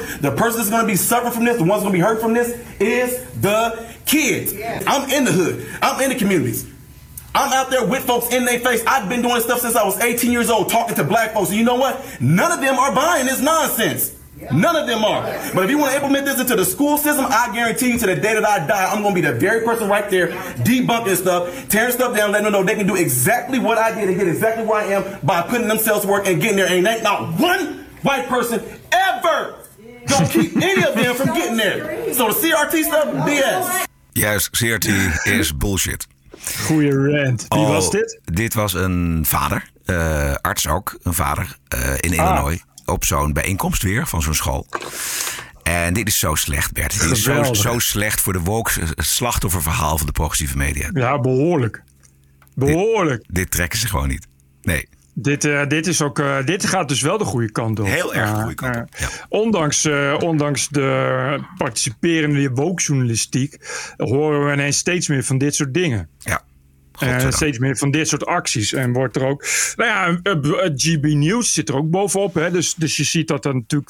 The person that's going to be suffering from this, the one's going to be hurt from this, is the kids. I'm in the hood. I'm in the communities. I'm out there with folks in their face. I've been doing stuff since I was 18 years old, talking to black folks. And you know what? None of them are buying this nonsense. None of them are. But if you want to implement this into the school system, I guarantee you to the day that I die, I'm going to be the very person right there debunking stuff, tearing stuff down, letting them know they can do exactly what I did and get exactly where I am by putting themselves to work and getting there. And ain't not one white person ever gonna keep any of them from getting there. So the CRT stuff, BS. Juist, CRT is bullshit. Goeie rant. Wie was dit? Dit was een vader, arts ook, een vader in Illinois. Op zo'n bijeenkomst weer van zo'n school. En dit is zo slecht, Bert. Dit is zo slecht voor de woke slachtofferverhaal van de progressieve media. Ja, behoorlijk. Behoorlijk. Dit trekken ze gewoon niet. Nee. Dit gaat dus wel de goede kant op. Heel erg de goede kant op. Ja. Ondanks de participerende woke-journalistiek horen we ineens steeds meer van dit soort dingen. Ja. Steeds meer van dit soort acties. En wordt er ook... GB News zit er ook bovenop. Hè? Dus je ziet dat er natuurlijk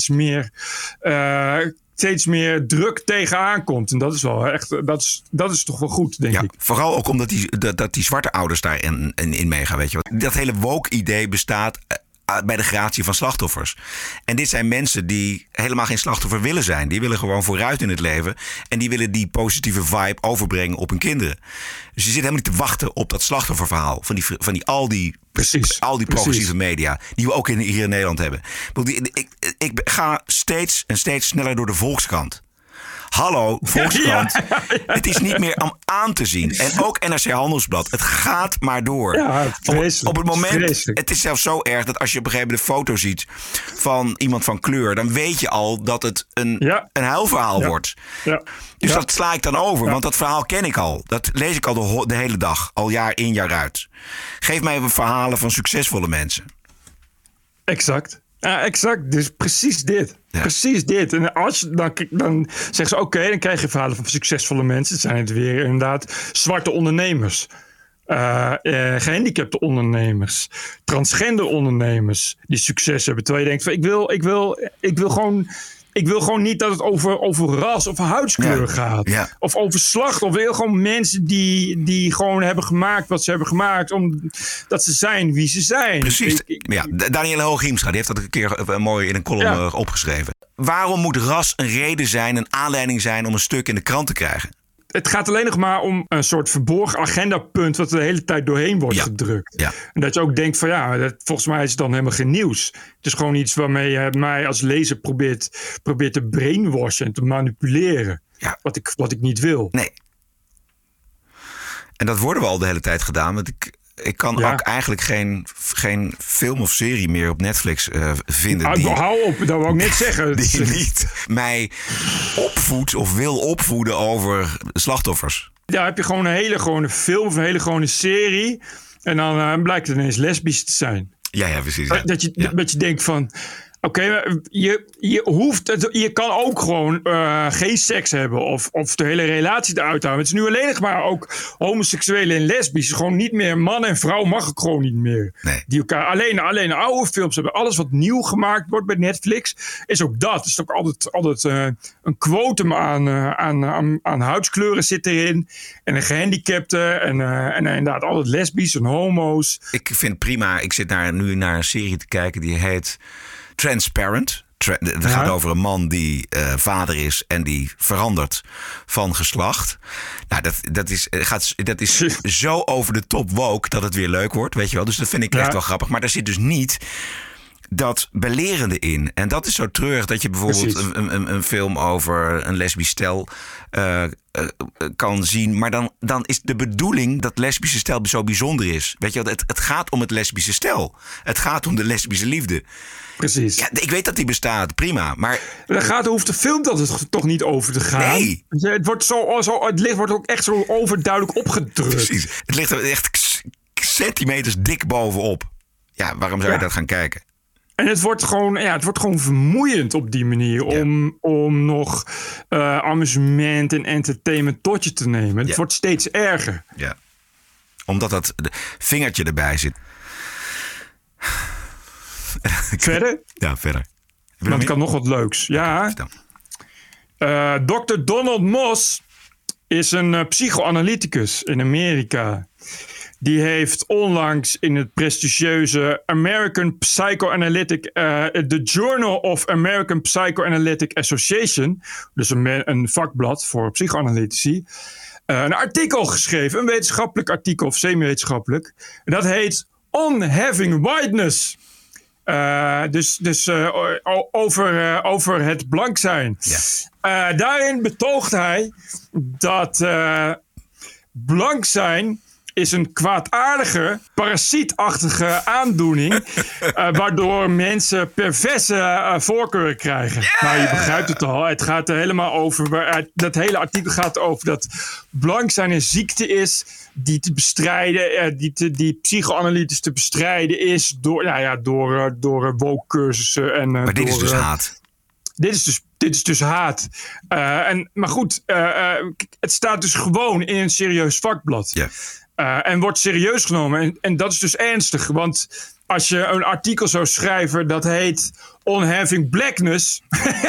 steeds meer druk tegenaan komt. En dat is wel echt... Dat is toch wel goed, denk ik. Vooral ook omdat die zwarte ouders daarin meegaan. Weet je wat? Dat hele woke-idee bestaat bij de gratie van slachtoffers. En dit zijn mensen die helemaal geen slachtoffer willen zijn. Die willen gewoon vooruit in het leven. En die willen die positieve vibe overbrengen op hun kinderen. Dus je zit helemaal niet te wachten op dat slachtofferverhaal. Van al die progressieve media. Die we ook hier in Nederland hebben. Ik ga steeds en steeds sneller door de Volkskrant. Hallo, Volkskrant. Ja. Het is niet meer om aan te zien. En ook NRC Handelsblad. Het gaat maar door. Ja, op het moment, het is zelfs zo erg dat als je op een gegeven moment een foto ziet van iemand van kleur, dan weet je al dat het een huilverhaal wordt. Ja. Dus dat sla ik dan over, want dat verhaal ken ik al. Dat lees ik al de hele dag, al jaar in jaar uit. Geef mij verhalen van succesvolle mensen. Exact. Ja, exact. Dus precies dit. Ja. Precies dit. En als je dan zeggen ze oké, dan krijg je verhalen van succesvolle mensen. Het zijn het weer inderdaad zwarte ondernemers. Gehandicapte ondernemers. Transgender ondernemers die succes hebben. Terwijl je denkt van ik wil gewoon niet dat het over ras of huidskleur gaat. Ja. Of over slacht. Of wil gewoon mensen die gewoon hebben gemaakt wat ze hebben gemaakt. Omdat ze zijn wie ze zijn. Precies. Danielle Hooghiemstra die heeft dat een keer mooi in een column opgeschreven. Waarom moet ras een reden zijn, een aanleiding zijn om een stuk in de krant te krijgen? Het gaat alleen nog maar om een soort verborgen agendapunt wat er de hele tijd doorheen wordt gedrukt. Ja. En dat je ook denkt van volgens mij is het dan helemaal geen nieuws. Het is gewoon iets waarmee je mij als lezer probeert te brainwashen en te manipuleren. Ja. Wat ik niet wil. Nee. En dat worden we al de hele tijd gedaan. Want ik kan ook eigenlijk geen film of serie meer op Netflix vinden. Hou op, dat wou ik net zeggen. Die niet mij opvoedt of wil opvoeden over slachtoffers. Ja, heb je gewoon een hele gewone film of een hele gewone serie. En dan blijkt het ineens lesbisch te zijn. Ja, precies. Ja. Dat je denkt van... Oké, je kan ook gewoon geen seks hebben of de hele relatie eruit houden. Het is nu alleen nog maar ook homoseksuelen en lesbisch. Gewoon niet meer man en vrouw mag ik gewoon niet meer. Nee. Die elkaar alleen oude films hebben. Alles wat nieuw gemaakt wordt bij Netflix is ook dat. Er is ook altijd een quotum aan huidskleuren zit erin. En een gehandicapte en inderdaad altijd lesbisch en homo's. Ik vind het prima. Ik zit nu naar een serie te kijken die heet Transparent. Het gaat over een man die vader is en die verandert van geslacht. Nou, dat is zo over de top woke dat het weer leuk wordt, weet je wel. Dus dat vind ik echt wel grappig. Maar daar zit dus niet dat belerende in. En dat is zo treurig dat je bijvoorbeeld een film over een lesbisch stel kan zien. Maar dan is de bedoeling dat lesbische stel zo bijzonder is. Weet je wel, het gaat om het lesbische stel. Het gaat om de lesbische liefde. Precies. Ja, ik weet dat die bestaat, prima. Maar hoeft de film dat het toch niet over te gaan. Nee. Het wordt het licht wordt ook echt zo overduidelijk opgedrukt. Precies. Het ligt er echt centimeters dik bovenop. Ja, waarom zou je dat gaan kijken? En het wordt gewoon vermoeiend op die manier om nog amusement en entertainment tot je te nemen. Het wordt steeds erger. Ja, omdat dat vingertje erbij zit. Verder? Ja, verder. Want ik had nog wat leuks. Ja. Dr. Donald Moss is een psychoanalyticus in Amerika. Die heeft onlangs in het prestigieuze American Psychoanalytic... The Journal of American Psychoanalytic Association... dus een vakblad voor psychoanalytici... een artikel geschreven, een wetenschappelijk artikel of semi-wetenschappelijk. Dat heet On Having Whiteness. Dus over het blank zijn. Ja. Daarin betoogt hij dat blank zijn is een kwaadaardige, parasietachtige aandoening... waardoor mensen perverse voorkeuren krijgen. Yeah! Nou, je begrijpt het al. Het gaat er helemaal over... dat hele artikel gaat over dat blank zijn een ziekte is... die te bestrijden, die psychoanalytisch te bestrijden is... door woke cursussen. Maar dit is dus haat. Dit is dus haat. Maar goed, het staat dus gewoon in een serieus vakblad. Yeah. En wordt serieus genomen. En dat is dus ernstig. Want als je een artikel zou schrijven... dat heet On Having Blackness...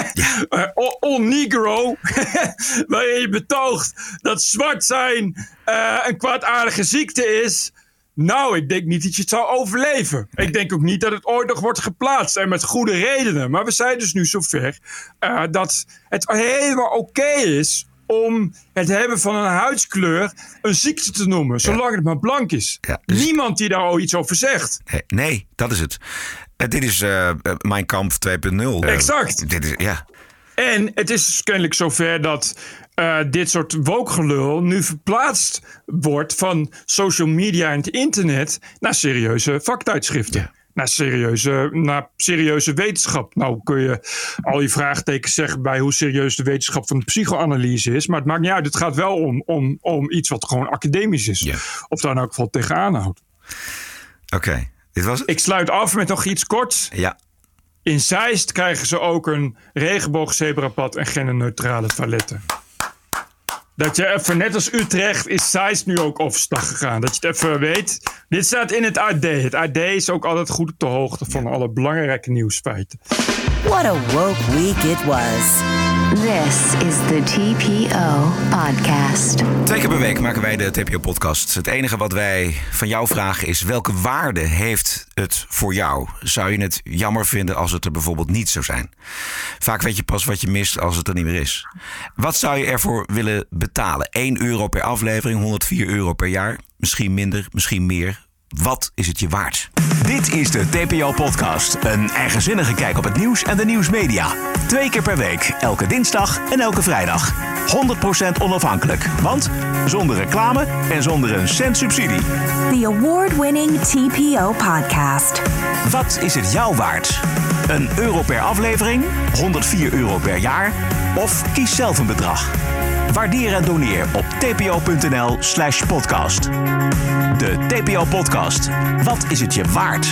On Negro... waarin je betoogt dat zwart zijn... een kwaadaardige ziekte is... Nou, ik denk niet dat je het zou overleven. Nee. Ik denk ook niet dat het ooit nog wordt geplaatst. En met goede redenen. Maar we zijn dus nu zover... dat het helemaal oké is... om het hebben van een huidskleur een ziekte te noemen. Zolang het maar blank is. Ja, dus niemand die daar al iets over zegt. Nee, dat is het. Dit is Mein Kampf 2.0. Exact. En het is dus kennelijk zover dat dit soort woke-gelul nu verplaatst wordt van social media en het internet naar serieuze vaktijdschriften. Ja. Naar serieuze wetenschap. Nou kun je al je vraagtekens zeggen bij hoe serieus de wetenschap van de psychoanalyse is. Maar het maakt niet uit. Het gaat wel om iets wat gewoon academisch is. Yeah. Of daar nou ook wat tegenaan houdt. Oké, dit was het. Ik sluit af met nog iets korts. Ja. In Zeist krijgen ze ook een regenboogzebrapad en genderneutrale toiletten. Dat je even, net als Utrecht, is Zeist nu ook overstag gegaan. Dat je het even weet. Dit staat in het AD. Het AD is ook altijd goed op de hoogte van alle belangrijke nieuwsfeiten. What a woke week it was. This is the TPO Podcast. 2 keer per week maken wij de TPO-podcast. Het enige wat wij van jou vragen is... welke waarde heeft het voor jou? Zou je het jammer vinden als het er bijvoorbeeld niet zou zijn? Vaak weet je pas wat je mist als het er niet meer is. Wat zou je ervoor willen betalen? €1 per aflevering, €104 per jaar? Misschien minder, misschien meer. Wat is het je waard? Dit is de TPO-podcast. Een eigenzinnige kijk op het nieuws en de nieuwsmedia. 2 keer per week, elke dinsdag en elke vrijdag. 100% onafhankelijk, want zonder reclame en zonder een cent subsidie. The award-winning TPO-podcast. Wat is het jou waard? €1 per aflevering, €104 per jaar of kies zelf een bedrag. Waardeer en doneer op tpo.nl/podcast. De TPO-podcast. Wat is het je waard?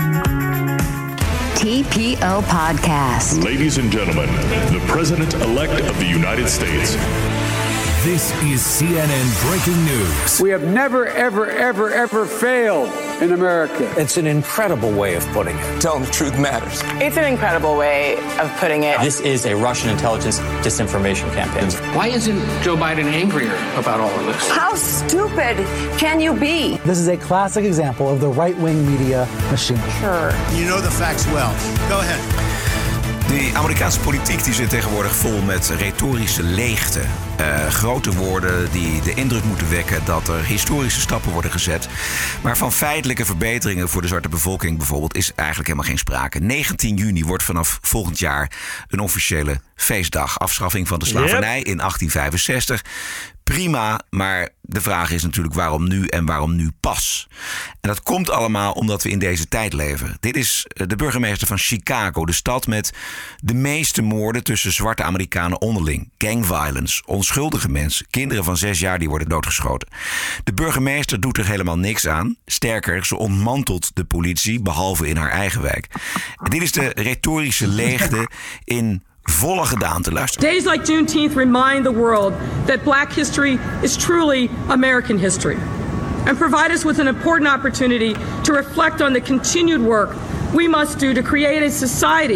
TPO Podcast. Ladies and gentlemen, the President-elect of the United States. This is CNN breaking news. We have never, ever failed in America. It's an incredible way of putting it. Telling the truth matters. It's an incredible way of putting it. This is a Russian intelligence disinformation campaign. Why isn't Joe Biden angrier about all of this? How stupid can you be? This is a classic example of the right-wing media machine. Sure. You know the facts well. Go ahead. De Amerikaanse politiek die zit tegenwoordig vol met retorische leegte. Grote woorden die de indruk moeten wekken dat er historische stappen worden gezet. Maar van feitelijke verbeteringen voor de zwarte bevolking bijvoorbeeld is eigenlijk helemaal geen sprake. 19 juni wordt vanaf volgend jaar een officiële feestdag. Afschaffing van de slavernij in 1865. Prima, maar de vraag is natuurlijk waarom nu en waarom nu pas? En dat komt allemaal omdat we in deze tijd leven. Dit is de burgemeester van Chicago, de stad met de meeste moorden tussen zwarte Amerikanen onderling. Gang violence, onschuldige mensen, kinderen van 6 jaar die worden doodgeschoten. De burgemeester doet er helemaal niks aan. Sterker, ze ontmantelt de politie, behalve in haar eigen wijk. En dit is de retorische leegte in volle gedaante. Luister. Days like Juneteenth remind the world that Black history is truly American history and provide us with an important opportunity to reflect on the continued work we must do to create a society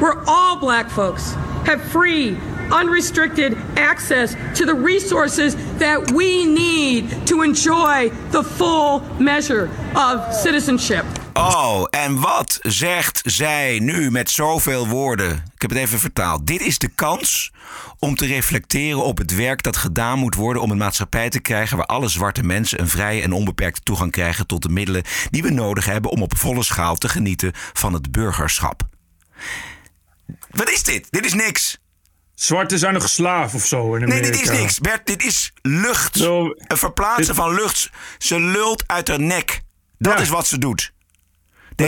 where all black folks have free, unrestricted access to the resources that we need to enjoy the full measure of citizenship. Oh, en wat zegt zij nu met zoveel woorden? Ik heb het even vertaald. Dit is de kans om te reflecteren op het werk dat gedaan moet worden om een maatschappij te krijgen waar alle zwarte mensen een vrije en onbeperkte toegang krijgen tot de middelen die we nodig hebben om op volle schaal te genieten van het burgerschap. Wat is dit? Dit is niks. Zwarten zijn nog slaaf of zo in Amerika. Nee, dit is niks. Bert, dit is lucht. Een verplaatsen van lucht. Ze lult uit haar nek. Dat is wat ze doet. Ja,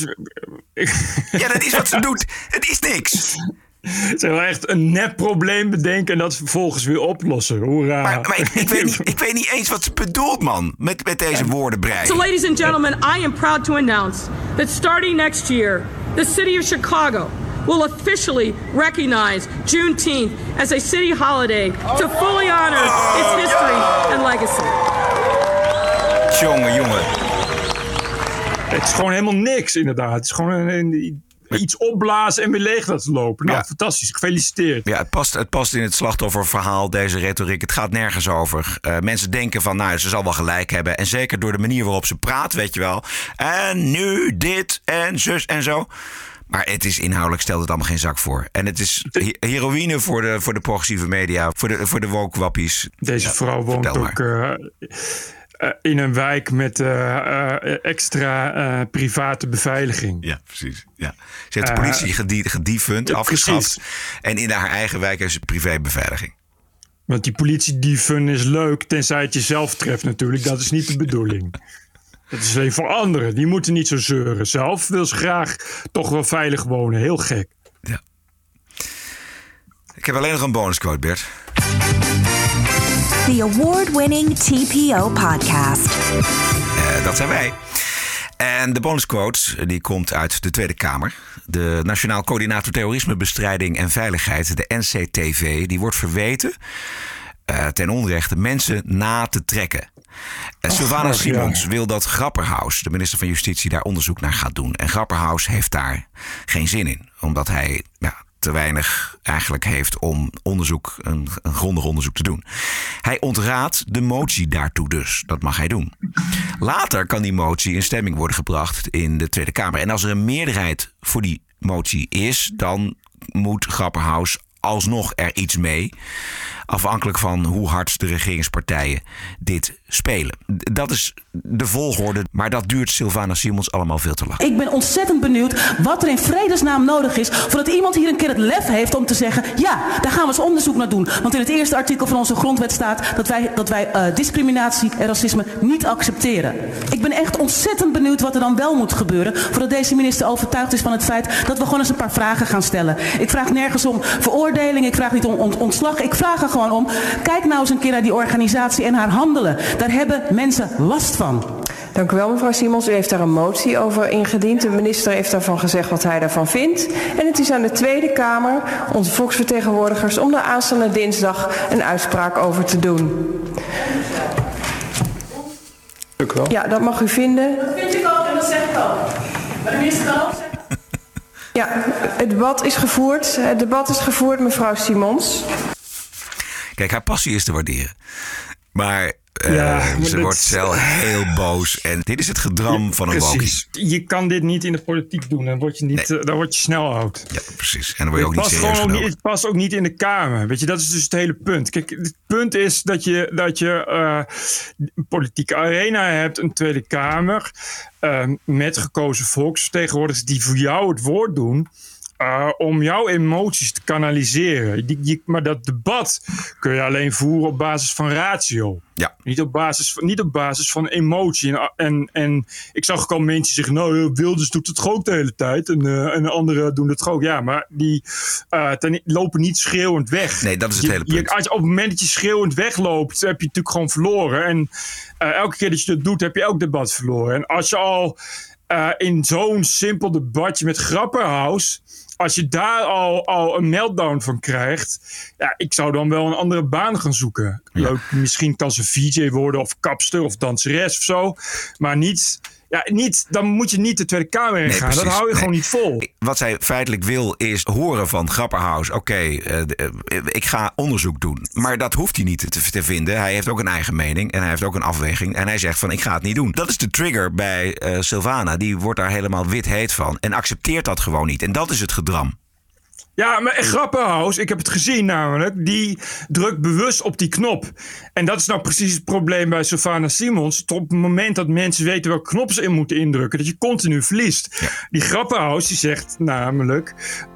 dat is wat ze doet. Het is niks. Ze wil echt een nep-probleem bedenken en dat vervolgens weer oplossen. Hoera. Maar ik weet niet eens wat ze bedoelt, man. Met deze woordenbrei. So, ladies and gentlemen, I am proud to announce that starting next year, the city of Chicago will officially recognize Juneteenth as a city holiday to fully honor its history and legacy. Jongen. Het is gewoon helemaal niks, inderdaad. Het is gewoon iets opblazen en weer leeg laten lopen. Nou, fantastisch. Gefeliciteerd. Ja, het past in het slachtofferverhaal, deze retoriek. Het gaat nergens over. Mensen denken van, nou, ze zal wel gelijk hebben. En zeker door de manier waarop ze praat, weet je wel. En nu dit en zus en zo. Maar het is inhoudelijk, stelt het allemaal geen zak voor. En het is heroïne voor de progressieve media, voor de woke-wappies. Deze vrouw woont ook in een wijk met extra private beveiliging. Ja, precies. Ja. Ze heeft de politie gedefund, afgeschaft. En in haar eigen wijk heeft ze privébeveiliging. Want die politie-defund is leuk, tenzij het jezelf treft natuurlijk. Dat is niet de bedoeling. Dat is alleen voor anderen. Die moeten niet zo zeuren. Zelf wil ze graag toch wel veilig wonen. Heel gek. Ja. Ik heb alleen nog een bonusquote, Bert. The award-winning TPO podcast. Dat zijn wij. En de bonusquote die komt uit de Tweede Kamer. De Nationaal Coördinator Terrorismebestrijding en Veiligheid, de NCTV, die wordt verweten ten onrechte mensen na te trekken. Sylvana Simons wil dat Grapperhaus, de minister van Justitie, daar onderzoek naar gaat doen. En Grapperhaus heeft daar geen zin in, omdat hij te weinig eigenlijk heeft om een grondig onderzoek te doen. Hij ontraadt de motie daartoe dus. Dat mag hij doen. Later kan die motie in stemming worden gebracht in de Tweede Kamer. En als er een meerderheid voor die motie is, dan moet Grapperhaus alsnog er iets mee. Afhankelijk van hoe hard de regeringspartijen dit spelen. Dat is de volgorde, maar dat duurt Sylvana Simons allemaal veel te lang. Ik ben ontzettend benieuwd wat er in vredesnaam nodig is voordat iemand hier een keer het lef heeft om te zeggen, ja, daar gaan we eens onderzoek naar doen. Want in het eerste artikel van onze grondwet staat dat wij discriminatie en racisme niet accepteren. Ik ben echt ontzettend benieuwd wat er dan wel moet gebeuren voordat deze minister overtuigd is van het feit dat we gewoon eens een paar vragen gaan stellen. Ik vraag nergens om veroordeling, ik vraag niet om ontslag, ik vraag er gewoon om. Kijk nou eens een keer naar die organisatie en haar handelen. Daar hebben mensen last van. Dank u wel, mevrouw Simons. U heeft daar een motie over ingediend. De minister heeft daarvan gezegd wat hij daarvan vindt. En het is aan de Tweede Kamer, onze volksvertegenwoordigers, om daar aanstaande dinsdag een uitspraak over te doen. Dank u wel. Ja, dat mag u vinden. Dat vind ik ook en dat zeg ik ook. Maar de minister kan ook zeggen. Ja, het debat is gevoerd. Het debat is gevoerd, mevrouw Simons. Kijk, haar passie is te waarderen. Maar ze wordt zelf heel boos. En dit is het gedram van een wokie. Je kan dit niet in de politiek doen. Dan word je, dan word je snel oud. Ja, precies. En dan word je ook niet serieus genomen. Het past ook niet in de Kamer. Weet je, dat is dus het hele punt. Kijk, het punt is dat je een politieke arena hebt. Een Tweede Kamer. Met gekozen volksvertegenwoordigers die voor jou het woord doen. Om jouw emoties te kanaliseren. Maar dat debat kun je alleen voeren op basis van ratio. Ja. Niet op basis van emotie. En ik zag ook al mensen zeggen, nou, Wilders doet het ook de hele tijd. En de anderen doen het ook. Ja, maar die lopen niet schreeuwend weg. Nee, dat is het hele punt. Op het moment dat je schreeuwend wegloopt, heb je natuurlijk gewoon verloren. En elke keer dat je dat doet, heb je elk debat verloren. En als je al in zo'n simpel debatje met Grapperhaus, als je daar al een meltdown van krijgt, ja, ik zou dan wel een andere baan gaan zoeken. Ja. Leuk, misschien kan ze VJ worden of kapster of danseres of zo. Maar niet dan moet je niet de Tweede Kamer in gaan. Dat hou je gewoon niet vol. Wat zij feitelijk wil is horen van Grapperhaus. Oké, ik ga onderzoek doen. Maar dat hoeft hij niet te vinden. Hij heeft ook een eigen mening en hij heeft ook een afweging. En hij zegt van ik ga het niet doen. Dat is de trigger bij Silvana. Die wordt daar helemaal wit heet van. En accepteert dat gewoon niet. En dat is het gedram. Ja, maar Grapperhaus, ik heb het gezien namelijk, die drukt bewust op die knop. En dat is nou precies het probleem bij Sylvana Simons. Op het moment dat mensen weten welke knop ze in moeten indrukken, dat je continu verliest. Ja. Die Grapperhaus, die zegt namelijk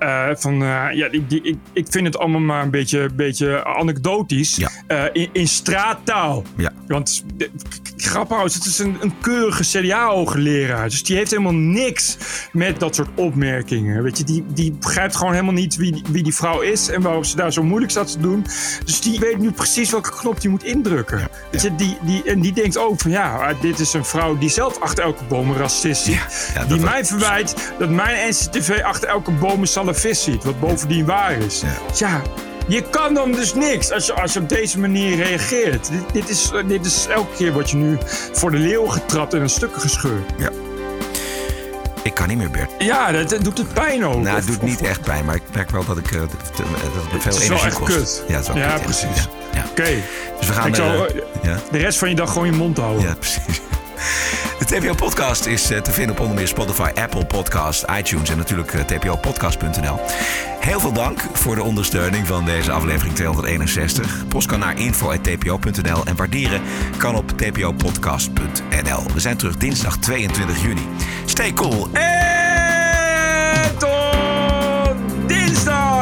ik vind het allemaal maar een beetje anekdotisch. Ja. In straattaal. Ja. Want Grapperhaus, het is een keurige CDA-hoogleraar. Dus die heeft helemaal niks met dat soort opmerkingen. Weet je, die begrijpt gewoon helemaal niet wie die vrouw is en waarom ze daar zo moeilijk staat te doen. Dus die weet nu precies welke knop die moet indrukken. Ja. Weet je, die denkt ook van dit is een vrouw die zelf achter elke boom een racist ziet. Ja, die mij verwijt dat mijn NCTV achter elke boom een salafist ziet. Wat bovendien waar is. Ja. Je kan dan dus niks als je op deze manier reageert. Dit is elke keer wat je nu voor de leeuw getrapt en in stukken gescheurd. Ja. Ik kan niet meer, Bert. Ja, dat doet het pijn ook. Nou, het doet niet echt pijn, maar ik merk wel dat het me veel energie kost. Kut. Ja, het is wel kut, precies. Ja. Oké. Dus we gaan de rest van je dag gewoon je mond houden. Ja, precies. De TPO-podcast is te vinden op onder meer Spotify, Apple Podcasts, iTunes en natuurlijk tpopodcast.nl. Heel veel dank voor de ondersteuning van deze aflevering 261. Post kan naar info@tpo.nl en waarderen kan op tpopodcast.nl. We zijn terug dinsdag 22 juni. Stay cool. En tot dinsdag!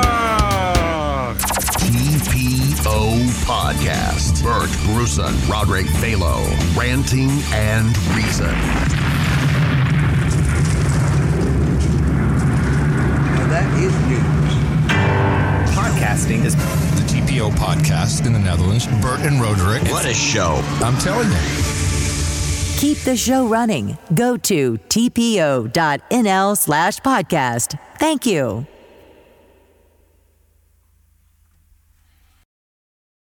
TPO Podcast. Bert Brussen, Roderick Balo, Ranting and Reason. Now that is news. Podcasting is the TPO podcast in the Netherlands. Bert and Roderick. What a show. I'm telling you. Keep the show running. Go to tpo.nl/podcast. Thank you.